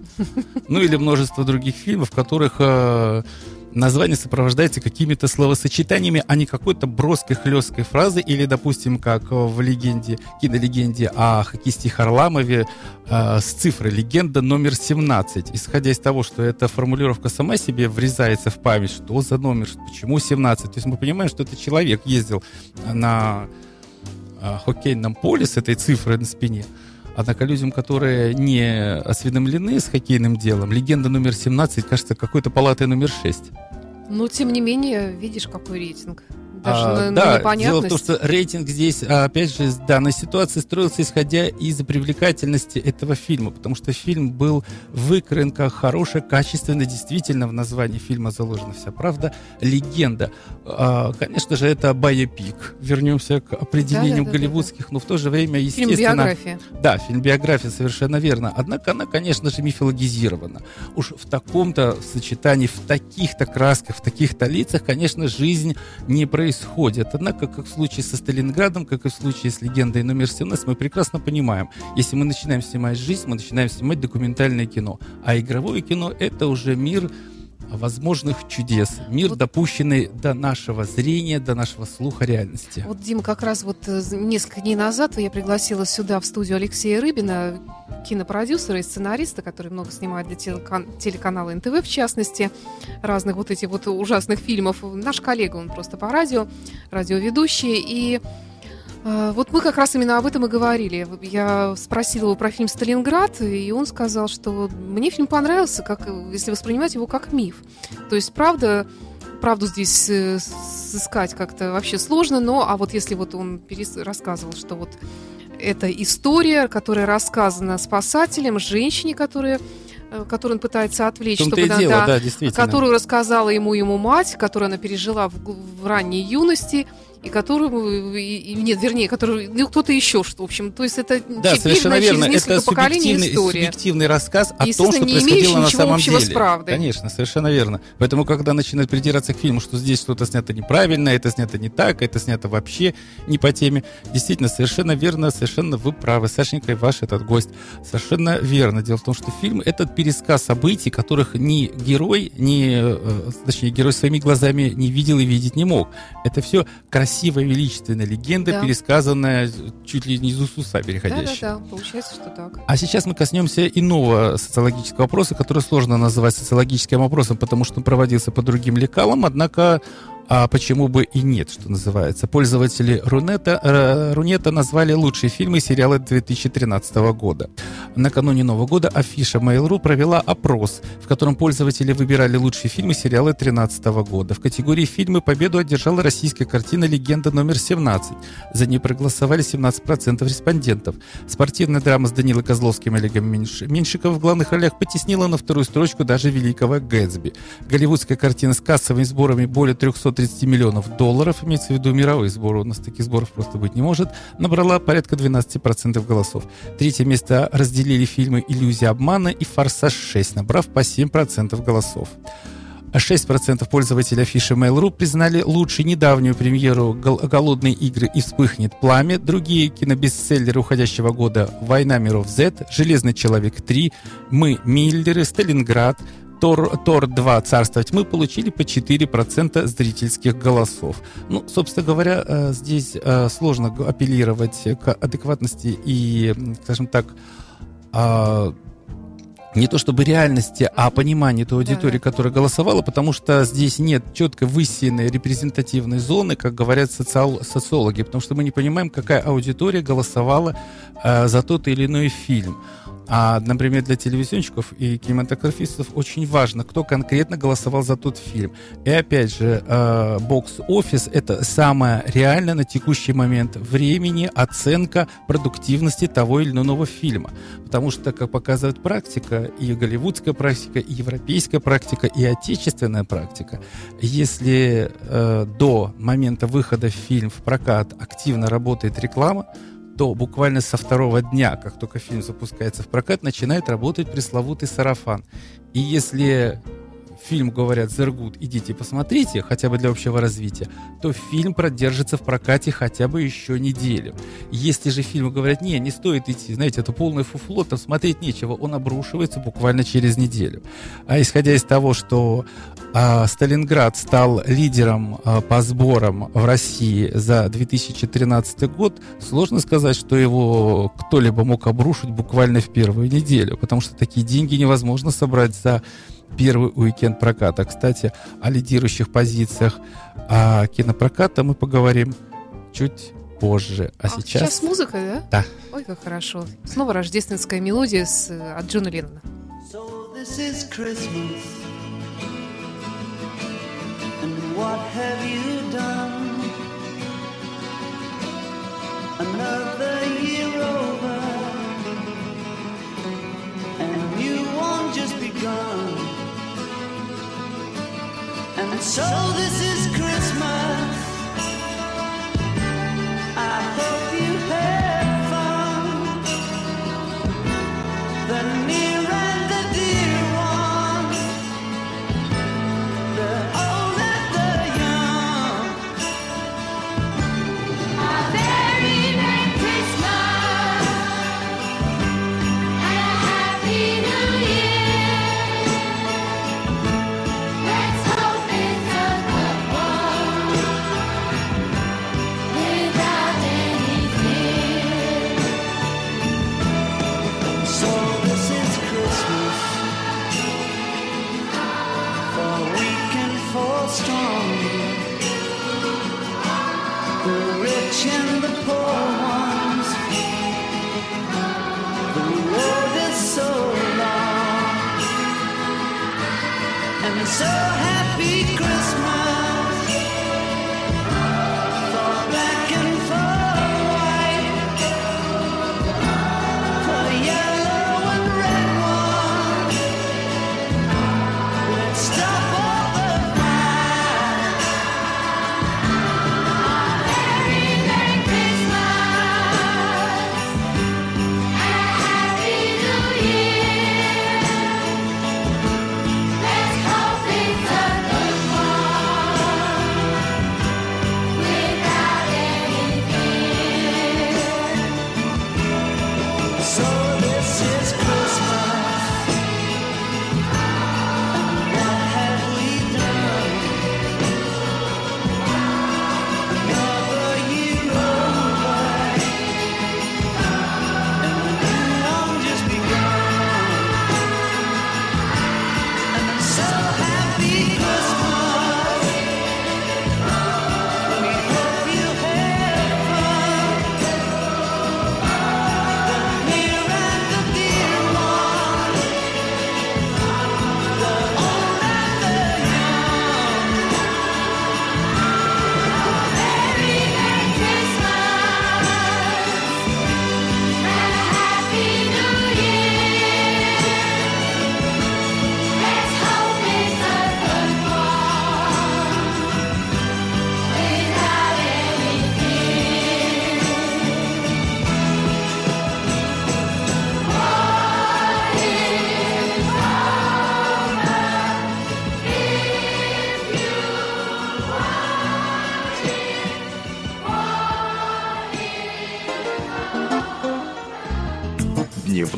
Ну или множество других фильмов, в которых э, название сопровождается какими-то словосочетаниями, а не какой-то броской, хлесткой фразой. Или, допустим, как в легенде, кинолегенде о хоккеисте Харламове э, с цифрой «Легенда номер семнадцать». Исходя из того, что эта формулировка сама себе врезается в память, что за номер, почему семнадцать. То есть мы понимаем, что этот человек ездил на э, хоккейном поле с этой цифрой на спине. Однако людям, которые не осведомлены с хоккейным делом, «Легенда номер семнадцать» кажется какой-то палатой номер шесть. Но, тем не менее, видишь, какой рейтинг. Даже а, на, да, на непонятность. Дело в том, что рейтинг здесь, опять же, в данной ситуации строился исходя из привлекательности этого фильма, потому что фильм был выкроен как хороший, качественно, действительно в названии фильма заложена вся правда, легенда. А, конечно же, это байопик. Вернемся к определению да, да, голливудских, да, да. но в то же время, естественно... Фильм-биография. Да, фильм-биография, совершенно верно. Однако она, конечно же, мифологизирована. Уж в таком-то сочетании, в таких-то красках, в таких-то лицах, конечно, жизнь не происходит. Происходит. Однако, как в случае со Сталинградом, как и в случае с «Легендой номер семнадцать», мы прекрасно понимаем, если мы начинаем снимать жизнь, мы начинаем снимать документальное кино. А игровое кино — это уже мир возможных чудес, мир, вот, допущенный до нашего зрения, до нашего слуха реальности. Вот, Дима, как раз вот несколько дней назад я пригласила сюда в студию Алексея Рыбина, кинопродюсера и сценариста, который много снимает для телекан- телеканала эн тэ вэ, в частности, разных вот этих вот ужасных фильмов. Наш коллега, он просто по радио, радиоведущий, и вот мы как раз именно об этом и говорили. Я спросила его про фильм «Сталинград», и он сказал, что мне фильм понравился, как, если воспринимать его как миф. То есть, правда, правду здесь сыскать как-то вообще сложно, но, а вот если вот он перес... рассказывал, что вот это история, которая рассказана спасателем, женщине, которая которую он пытается отвлечь, В том-то чтобы и дело, да, да, действительно. которую рассказала ему ему мать, которую она пережила в, в ранней юности, и которую, и, и, нет, вернее, которую, ну, кто-то еще, что, в общем, то есть это Да, совершенно верно. через несколько Это поколений субъективный, история. субъективный рассказ о том, Естественно, что не происходило имеющий на ничего самом общего деле. с правдой. Конечно, совершенно верно. Поэтому, когда начинают придираться к фильму, что здесь что-то снято неправильно, это снято не так, это снято вообще не по теме, действительно, совершенно верно, совершенно вы правы. Сашенька, и ваш этот гость. Совершенно верно. Дело в том, что фильм — это пересказ событий, которых ни герой, ни, э, точнее, герой своими глазами не видел и видеть не мог. Это все красивая, величественная легенда, Да. пересказанная чуть ли не из уст в уста переходящая. Да-да-да, получается, что так. А сейчас мы коснемся иного социологического вопроса, который сложно называть социологическим вопросом, потому что он проводился по другим лекалам, однако а почему бы и нет, что называется. Пользователи Рунета, э, Рунета назвали лучшие фильмы и сериалы две тысячи тринадцатого года. Накануне Нового года афиша Mail.ru провела опрос, в котором пользователи выбирали лучшие фильмы и сериалы две тысячи тринадцатого года. В категории фильмы победу одержала российская картина «Легенда номер семнадцать». За ней проголосовали семнадцать процентов респондентов. Спортивная драма с Данилой Козловским и Олегом Меньш- Меньшиковым в главных ролях потеснила на вторую строчку даже «Великого Гэтсби». Голливудская картина с кассовыми сборами более триста тридцать миллионов долларов, имеется в виду мировые сборы, у нас таких сборов просто быть не может, набрала порядка двенадцать процентов голосов. Третье место разделили фильмы «Иллюзия обмана» и «Форсаж шесть», набрав по семь процентов голосов. шесть процентов пользователей афиши Mail.ru признали лучшей недавнюю премьеру «Голодные игры» и «Вспыхнет пламя». Другие кинобестселлеры уходящего года «Война миров Z», «Железный человек три», «Мы, Миллеры», «Сталинград», Тор, Тор два «Царство тьмы» получили по четыре процента зрительских голосов. Ну, собственно говоря, здесь сложно апеллировать к адекватности и, скажем так, не то чтобы реальности, а пониманию той аудитории, Да. которая голосовала, потому что здесь нет четко высеянной репрезентативной зоны, как говорят социал- социологи, потому что мы не понимаем, какая аудитория голосовала э, за тот или иной фильм. А, например, для телевизионщиков и кинематографистов очень важно, кто конкретно голосовал за тот фильм. И опять же, э, бокс-офис — это самое реальное на текущий момент времени оценка продуктивности того или иного фильма. Потому что, как показывает практика, и голливудская практика, и европейская практика, и отечественная практика, если э, до момента выхода фильм в прокат активно работает реклама, то буквально со второго дня, как только фильм запускается в прокат, начинает работать пресловутый сарафан. И если фильм говорят «Зергут, идите посмотрите», хотя бы для общего развития, то фильм продержится в прокате хотя бы еще неделю. Если же фильму говорят «не, не стоит идти, знаете, это полное фуфло, там смотреть нечего», он обрушивается буквально через неделю. А исходя из того, что а, Сталинград стал лидером а, по сборам в России за две тысячи тринадцатый год, сложно сказать, что его кто-либо мог обрушить буквально в первую неделю, потому что такие деньги невозможно собрать за первый уикенд проката. Кстати, о лидирующих позициях а, кинопроката мы поговорим чуть позже. А, А сейчас... сейчас mузыка, да? Да. Ой, как хорошо. Снова рождественская мелодия с, от Джона Леннона. So this is Christmas, and what have you done? Another year over, and you won't just begun. And so this is Christmas. I hope you had fun. The near and the dear one, the old and the young. A very Merry Christmas and a Happy New Year. Let's hope it's a good one without any fear. So this is Christmas, for weak and for strong, the rich and the poor ones. The road is so long, and so happy Christmas for black and for white.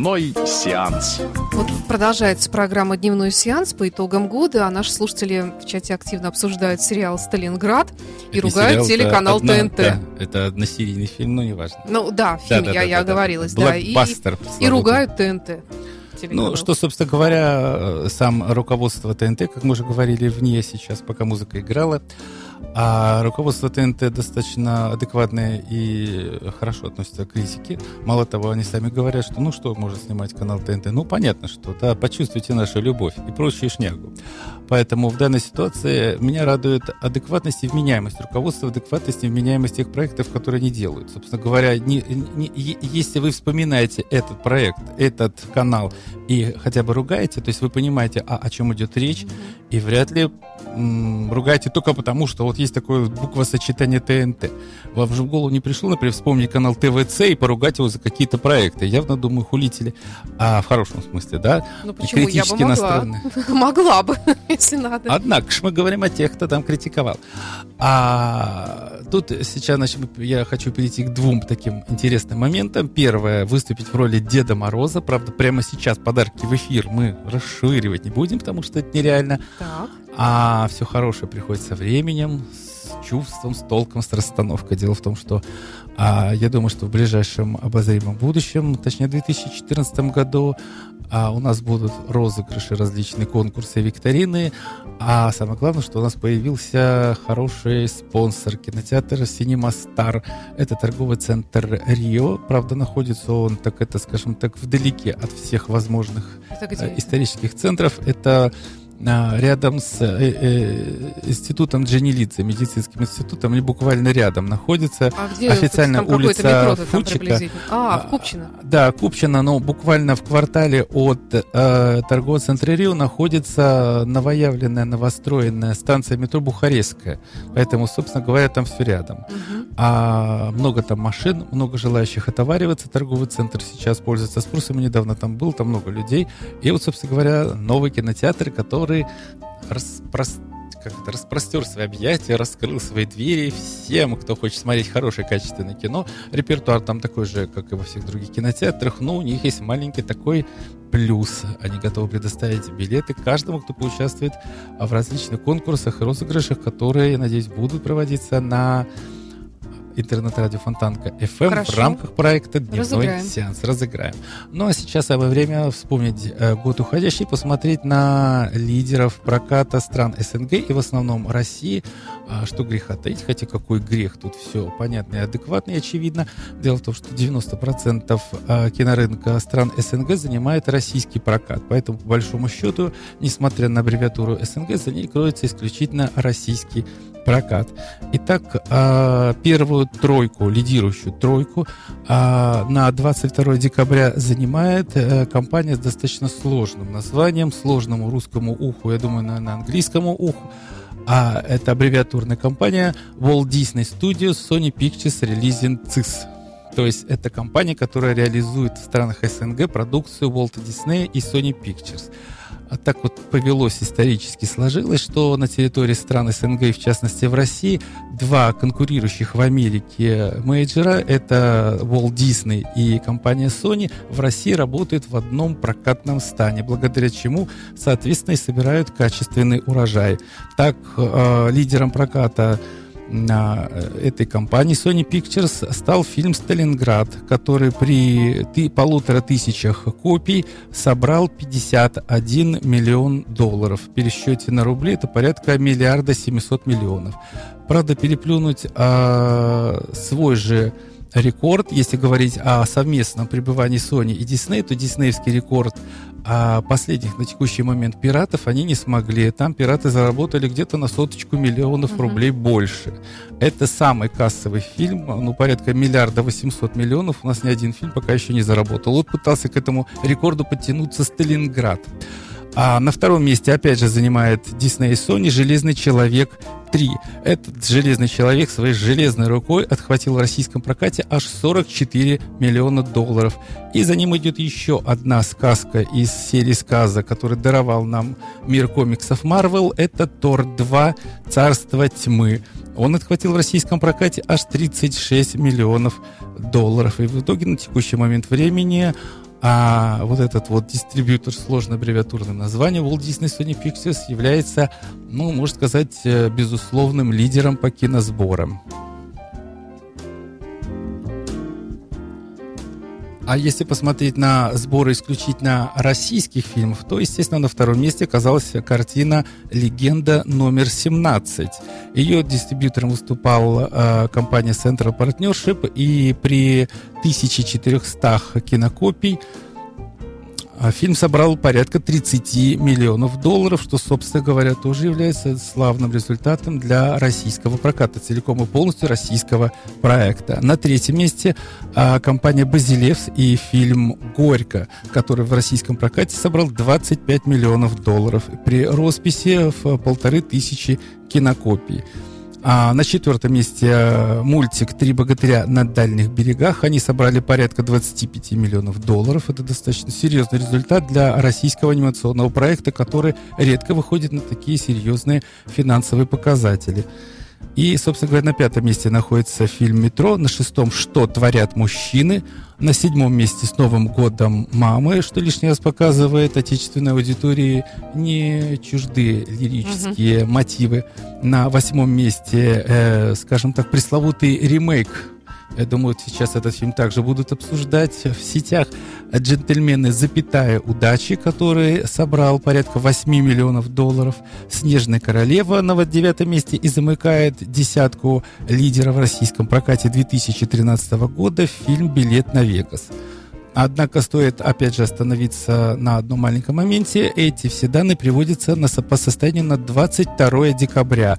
Дневной сеанс. Вот продолжается программа «Дневной сеанс» по итогам года, а наши слушатели в чате активно обсуждают сериал «Сталинград» и Это ругают сериал, телеканал да, одна- ТНТ. да, это односерийный фильм, но неважно. Ну да, фильм, Да, да, я, да, я да, да. оговорилась, да. И, Блокбастер, и слава богу. ругают ТНТ. телеканал. Ну, что, собственно говоря, сам руководство ТНТ, как мы уже говорили, вне сейчас, пока музыка играла, а руководство ТНТ достаточно адекватное и хорошо относится к критике. Мало того, они сами говорят, что ну что может снимать канал ТНТ? Ну, понятно, что, да, почувствуйте нашу любовь и прочую шнягу. Поэтому в данной ситуации меня радует адекватность и вменяемость руководства, адекватность и вменяемость тех проектов, которые они делают. Собственно говоря, не, не, если вы вспоминаете этот проект, этот канал и хотя бы ругаете, то есть вы понимаете, а, о чем идет речь, mm-hmm. и вряд ли м, ругаете только потому, что вот есть такое буквосочетание ТНТ. Вам же в голову не пришло, например, вспомнить канал ТВЦ и поругать его за какие-то проекты. Явно, думаю, хулители, а в хорошем смысле, да? Ну почему? Я бы критически могла. настроены. Могла бы, если надо. Однако ж мы говорим о тех, кто там критиковал. А тут сейчас, значит, я хочу перейти к двум таким интересным моментам. Первое, выступить в роли Деда Мороза. Правда, прямо сейчас подарки в эфир мы расширивать не будем, потому что это нереально. Так. А все хорошее приходит со временем, с чувством, с толком, с расстановкой. Дело в том, что а, я думаю, что в ближайшем обозримом будущем, точнее в две тысячи четырнадцатом году, а, у нас будут розыгрыши, различные конкурсы, викторины. А самое главное, что у нас появился хороший спонсор, кинотеатр Cinema Star. Это торговый центр Рио. Правда, находится он, так это, скажем так, вдалеке от всех возможных Это где э, это? исторических центров. Это а, рядом с э, э, институтом Дженилидзе, медицинским институтом, они буквально рядом находятся. А где Официально там какое-то улица метро-то там Фучика. приблизительно? А, в Купчино. Да, Купчино, но буквально в квартале от э, торгового центра Рио находится новоявленная, новостроенная станция метро Бухарестская. Поэтому, собственно говоря, там все рядом. Мгм. А много там машин, много желающих отовариваться. Торговый центр сейчас пользуется спросом. Я недавно там был, там много людей. И вот, собственно говоря, новый кинотеатр, который распрос... как это, распростер свои объятия, раскрыл свои двери всем, кто хочет смотреть хорошее, качественное кино. Репертуар там такой же, как и во всех других кинотеатрах, но у них есть маленький такой плюс. Они готовы предоставить билеты каждому, кто поучаствует в различных конкурсах и розыгрышах, которые, я надеюсь, будут проводиться на интернет-радио Фонтанка эф эм Хорошо. в рамках проекта «Дневной Разыграем. сеанс». Разыграем. Ну, а сейчас самое время вспомнить э, год уходящий, посмотреть на лидеров проката стран СНГ и в основном России. А, что греха таить, хотя какой грех, тут все понятно и адекватно и очевидно. Дело в том, что девяносто процентов э, кинорынка стран СНГ занимает российский прокат. Поэтому, по большому счету, несмотря на аббревиатуру СНГ, за ней кроется исключительно российский прокат. Итак, э, первую тройку, лидирующую тройку э, на двадцать второе декабря занимает э, компания с достаточно сложным названием, сложному русскому уху, я думаю, на, на английскому уху. А это аббревиатурная компания Walt Disney Studios Sony Pictures Releasing цис. То есть это компания, которая реализует в странах СНГ продукцию Walt Disney и Sony Pictures. А так вот повелось, исторически сложилось, что на территории стран СНГ, и в частности в России, два конкурирующих в Америке мейджора, это Walt Disney и компания Sony, в России работают в одном прокатном стане, благодаря чему, соответственно, и собирают качественный урожай. Так, э, лидером проката на этой компании Sony Pictures стал фильм «Сталинград», который при ты, полутора тысячах копий собрал пятьдесят один миллион долларов. В пересчете на рубли это порядка миллиарда семьсот миллионов. Правда, переплюнуть а, свой же рекорд, если говорить о совместном пребывании Sony и Disney, то диснеевский рекорд а последних на текущий момент пиратов они не смогли. Там пираты заработали где-то на соточку миллионов uh-huh. рублей больше. Это самый кассовый фильм, ну, порядка миллиарда восемьсот миллионов. У нас ни один фильм пока еще не заработал. Вот пытался к этому рекорду подтянуться «Сталинград». А на втором месте, опять же, занимает Disney и Sony «Железный человек три». Этот «Железный человек» своей железной рукой отхватил в российском прокате аж сорок четыре миллиона долларов. И за ним идет еще одна сказка из серии сказок, который даровал нам мир комиксов Marvel. Это «Тор два. Царство тьмы». Он отхватил в российском прокате аж тридцать шесть миллионов долларов. И в итоге на текущий момент времени А вот этот вот дистрибьютор с сложным аббревиатурным названием Walt Disney Sony Pictures является, ну, можно сказать, безусловным лидером по киносборам. А если посмотреть на сборы исключительно российских фильмов, то, естественно, на втором месте оказалась картина «Легенда номер семнадцать». Ее дистрибьютором выступала э, компания Central Partnership, и при тысяча четыреста кинокопий фильм собрал порядка тридцать миллионов долларов, что, собственно говоря, тоже является славным результатом для российского проката, целиком и полностью российского проекта. На третьем месте а, компания «Базилевс» и фильм «Горько», который в российском прокате собрал двадцать пять миллионов долларов при росписи в полторы тысячи кинокопий. А на четвертом месте мультик «Три богатыря на дальних берегах». Они собрали порядка двадцать пять миллионов долларов. Это достаточно серьезный результат для российского анимационного проекта, который редко выходит на такие серьезные финансовые показатели. И, собственно говоря, на пятом месте находится фильм «Метро», на шестом «Что творят мужчины», на седьмом месте «С Новым годом, мамы», что лишний раз показывает отечественной аудитории не чуждые лирические uh-huh. мотивы. На восьмом месте, э, скажем так, пресловутый ремейк. Я думаю, сейчас этот фильм также будут обсуждать в сетях. «Джентльмены, запятая, удачи», который собрал порядка восемь миллионов долларов. «Снежная королева» на вот девятом месте и замыкает десятку лидеров в российском прокате две тысячи тринадцатого года фильм «Билет на Вегас». Однако стоит, опять же, остановиться на одном маленьком моменте. Эти все данные приводятся на, по состоянию на двадцать второе декабря.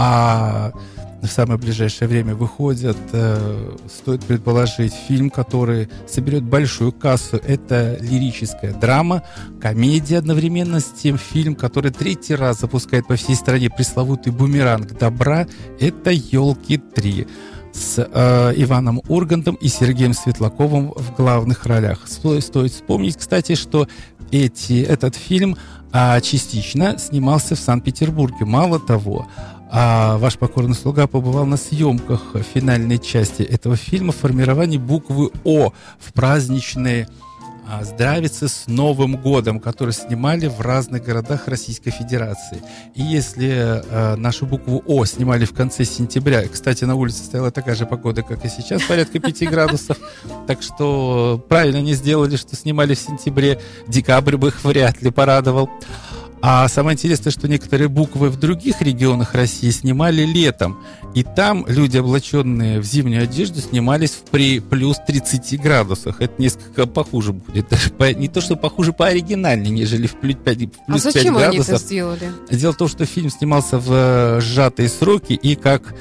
А в самое ближайшее время выходит, э, стоит предположить, фильм, который соберет большую кассу. Это лирическая драма, комедия одновременно с тем, фильм, который третий раз запускает по всей стране пресловутый бумеранг добра. Это «Елки три» с э, Иваном Ургантом и Сергеем Светлаковым в главных ролях. Сто, стоит вспомнить, кстати, что эти, этот фильм э, частично снимался в Санкт-Петербурге. Мало того, а ваш покорный слуга побывал на съемках финальной части этого фильма в формировании буквы «О» в праздничные а, «Здравицы с Новым годом», которые снимали в разных городах Российской Федерации. И если а, нашу букву «О» снимали в конце сентября, кстати, на улице стояла такая же погода, как и сейчас, порядка пяти градусов, так что правильно они сделали, что снимали в сентябре, декабрь бы их вряд ли порадовал. А самое интересное, что некоторые буквы в других регионах России снимали летом. И там люди, облаченные в зимнюю одежду, снимались при плюс тридцати градусах. Это несколько похуже будет. Даже по, не то, что похуже, пооригинальнее, нежели в плюс пять градусов. А зачем они это сделали? Дело в том, что фильм снимался в сжатые сроки. И как,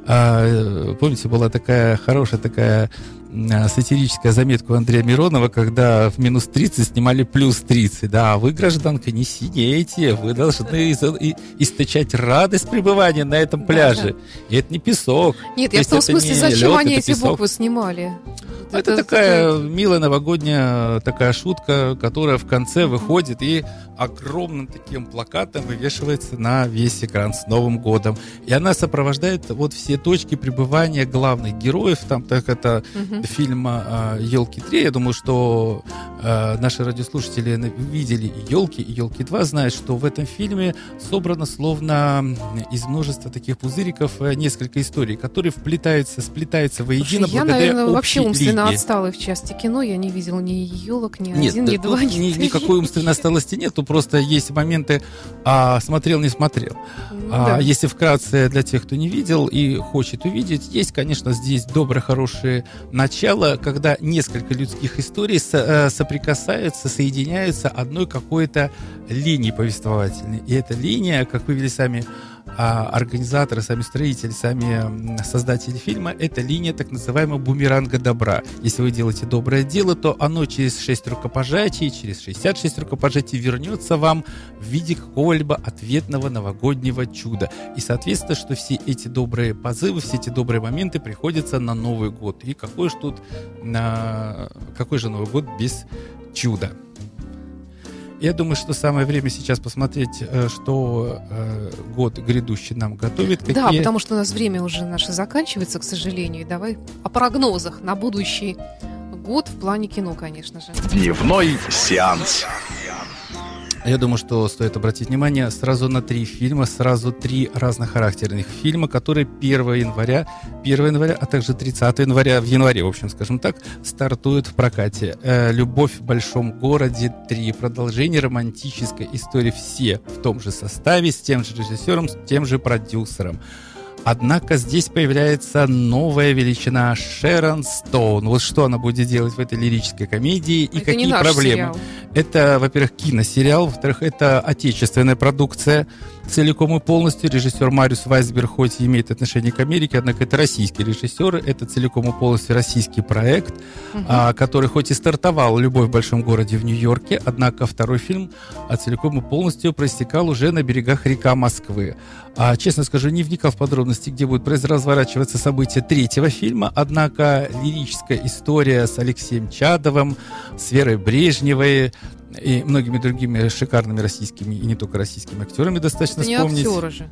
помните, была такая хорошая такая сатирическая заметка у Андрея Миронова, когда в минус тридцать снимали плюс тридцать. Да, а вы, гражданка, не сидите, вы должны источать радость пребывания на этом пляже. Да. И это не песок. Нет, я в том смысле, зачем лед, они эти песок. Буквы снимали? Это, это такая такая... милая новогодняя такая шутка, которая в конце выходит и огромным таким плакатом вывешивается на весь экран с Новым годом. И она сопровождает вот все точки пребывания главных героев. Там так это угу. фильм «Елки три». Я думаю, что э, наши радиослушатели видели и «Елки», и «Елки два», знают, что в этом фильме собрано словно из множества таких пузыриков несколько историй, которые вплетаются, сплетаются воедино. Слушай, благодаря я, наверное, вообще умственно отсталый в части кино. Я не видел ни «Елок», ни нет, один, ни два, ни три. Никакой умственной отсталости нету. Просто есть моменты, а, смотрел, не смотрел. Ну, а, да. Если вкратце для тех, кто не видел и хочет увидеть, есть, конечно, здесь доброе, хорошее начало, когда несколько людских историй со, соприкасаются, соединяются одной какой-то линией повествовательной. И эта линия, как вывели сами а организаторы, сами строители, сами создатели фильма, это линия так называемого бумеранга добра. Если вы делаете доброе дело, то оно через шесть рукопожатий, через шестьдесят шесть рукопожатий вернется вам в виде какого-либо ответного новогоднего чуда. И соответственно, что все эти добрые позывы, все эти добрые моменты приходятся на Новый год. И какой же тут, на... какой же Новый год без чуда? Я думаю, что самое время сейчас посмотреть, что э, год грядущий нам готовит. Какие... Да, потому что у нас время уже наше заканчивается, к сожалению. Давай о прогнозах на будущий год в плане кино, конечно же. Дневной сеанс. Я думаю, что стоит обратить внимание сразу на три фильма, сразу три разнохарактерных фильма, которые первого января, первого января, а также тридцатого января, в январе, в общем, скажем так, стартуют в прокате. Э, «Любовь в большом городе три», продолжение романтической истории, все в том же составе, с тем же режиссером, с тем же продюсером. Однако здесь появляется новая величина Шерон Стоун. Вот что она будет делать в этой лирической комедии и Это какие не наш проблемы. сериал. Это, во-первых, киносериал, во-вторых, это отечественная продукция целиком и полностью. Режиссер Мариус Вайсберг хоть и имеет отношение к Америке, однако это российский режиссер, это целиком и полностью российский проект, угу. а, который хоть и стартовал «Любовь в большом городе» в Нью-Йорке, однако второй фильм а, целиком и полностью проистекал уже на берегах река Москвы. А, честно скажу, не вникал в подробности, где будут разворачиваться события третьего фильма, однако лирическая история с Алексеем Чадовым, с Верой Брежневой и многими другими шикарными российскими и не только российскими актерами достаточно Это не вспомнить. актеры же.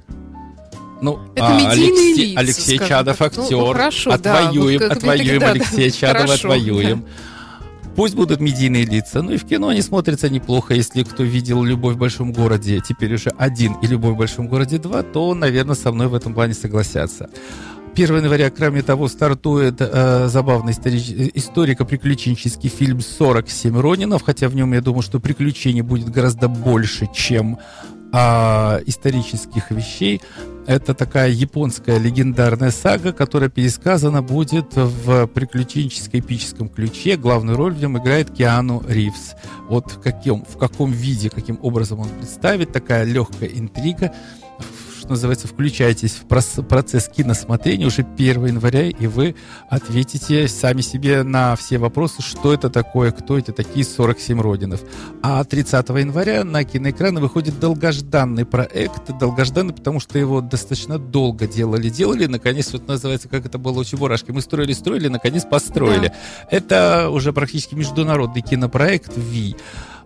Ну, Это а, медийные Алексей, лица, Алексей скажем Чадов так. Ну, актер. ну, хорошо, отвоюем, да, вот, отвоюем да, Алексея да, Чадова, хорошо, отвоюем. да. Пусть будут медийные лица, но и в кино они смотрятся неплохо. Если кто видел «Любовь в большом городе», теперь уже один, и «Любовь в большом городе» два, то, наверное, со мной в этом плане согласятся. первого января, кроме того, стартует э, забавный историч... историко-приключенческий фильм «сорок семь Ронинов», хотя в нем, я думаю, что приключений будет гораздо больше, чем э, исторических вещей. Это такая японская легендарная сага, которая пересказана будет в приключенческо-эпическом ключе. Главную роль в нем играет Киану Ривз. Вот в каком, в каком виде, каким образом он представит, такая легкая интрига. Что называется, включайтесь в процесс киносмотрения уже первого января, и вы ответите сами себе на все вопросы, что это такое, кто это такие сорок семь Родинов. А тридцатого января на киноэкраны выходит долгожданный проект, долгожданный, потому что его достаточно долго делали, делали, наконец, вот называется, как это было у Чебурашки, мы строили, строили, наконец построили. Да. Это уже практически международный кинопроект «Ви».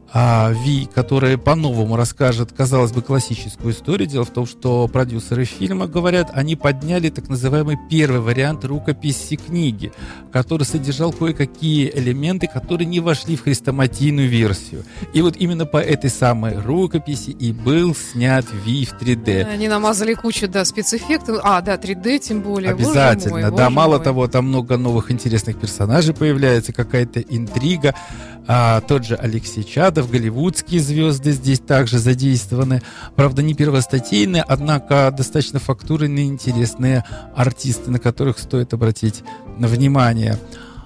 А Ви, который по-новому расскажет, казалось бы, классическую историю. Дело в том, что продюсеры фильма говорят, они подняли так называемый первый вариант рукописи книги, который содержал кое-какие элементы, которые не вошли в хрестоматийную версию. И вот именно по этой самой рукописи и был снят Ви в три дэ. Они намазали кучу, да, спецэффектов. А, да, три дэ тем более. Обязательно, боже мой, да. боже Мало мой. того, там много новых интересных персонажей появляется, какая-то интрига. А, тот же Алексей Чадов, голливудские звезды здесь также задействованы. Правда, не первостатейные, однако достаточно фактурные, интересные артисты, на которых стоит обратить внимание.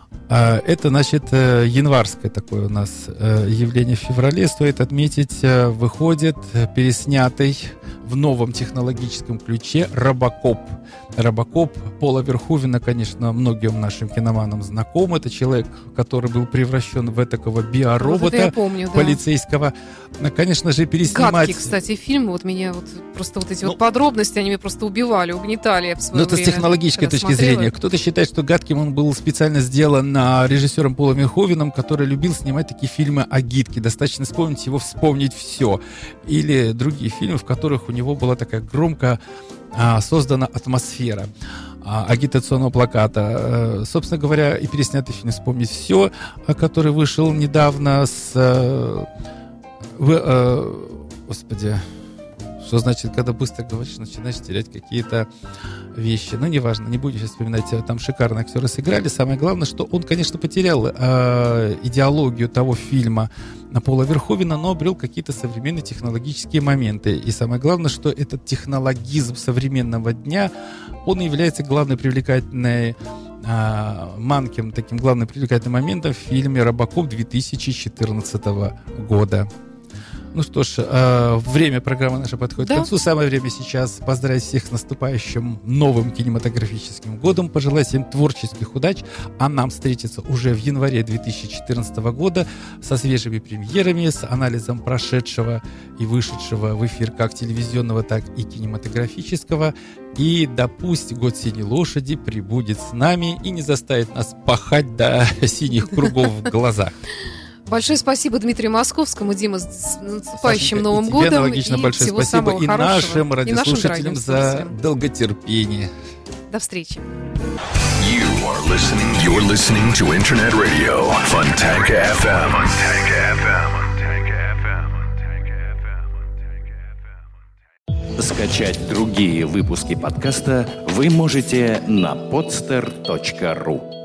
А, это, значит, январское такое у нас явление в феврале. Стоит отметить, выходит переснятый в новом технологическом ключе «Робокоп». «Робокоп» Пола Верховена, конечно, многим нашим киноманам знаком. Это человек, который был превращен в этакого биоробота, вот это я помню, да. полицейского. Конечно же, переснимать... Гадкий, кстати, фильм. Вот меня вот просто вот эти ну, вот подробности, они меня просто убивали, угнетали в свое Но это время, с технологической точки смотрела. зрения. Кто-то считает, что гадким он был специально сделан режиссером Полом Верховеном, который любил снимать такие фильмы о гидке. Достаточно вспомнить его, вспомнить все. Или другие фильмы, в которых у него была такая громко а, создана атмосфера а, агитационного плаката. А, собственно говоря, и переснятый фильм «Вспомнить все», который вышел недавно с... А, в, а, господи... Что значит, когда быстро говоришь, начинаешь терять какие-то вещи. Ну, неважно, не будем сейчас вспоминать. Там шикарные актеры сыграли. Самое главное, что он, конечно, потерял э, идеологию того фильма Пола Верховена, но обрел какие-то современные технологические моменты. И самое главное, что этот технологизм современного дня, он является главной привлекательной э, манкем, таким главным привлекательным моментом в фильме «Робокоп» две тысячи четырнадцатого года. Ну что ж, э, время программы нашей подходит да. к концу. Самое время сейчас поздравить всех с наступающим новым кинематографическим годом, пожелать всем творческих удач, а нам встретиться уже в январе две тысячи четырнадцатого года со свежими премьерами, с анализом прошедшего и вышедшего в эфир как телевизионного, так и кинематографического. И да пусть год синей лошади прибудет с нами и не заставит нас пахать до синих кругов в глазах. Большое спасибо Дмитрию Московскому, Дима, с наступающим Сашенька, Новым и тебе годом. аналогично И большое всего спасибо самого и хорошего. нашим радиослушателям и нашим за долготерпение. До встречи. You are listening. You're listening to Internet Radio Fontanka эф эм. Fontanka эф эм. Скачать другие выпуски подкаста вы можете на podster точка ру.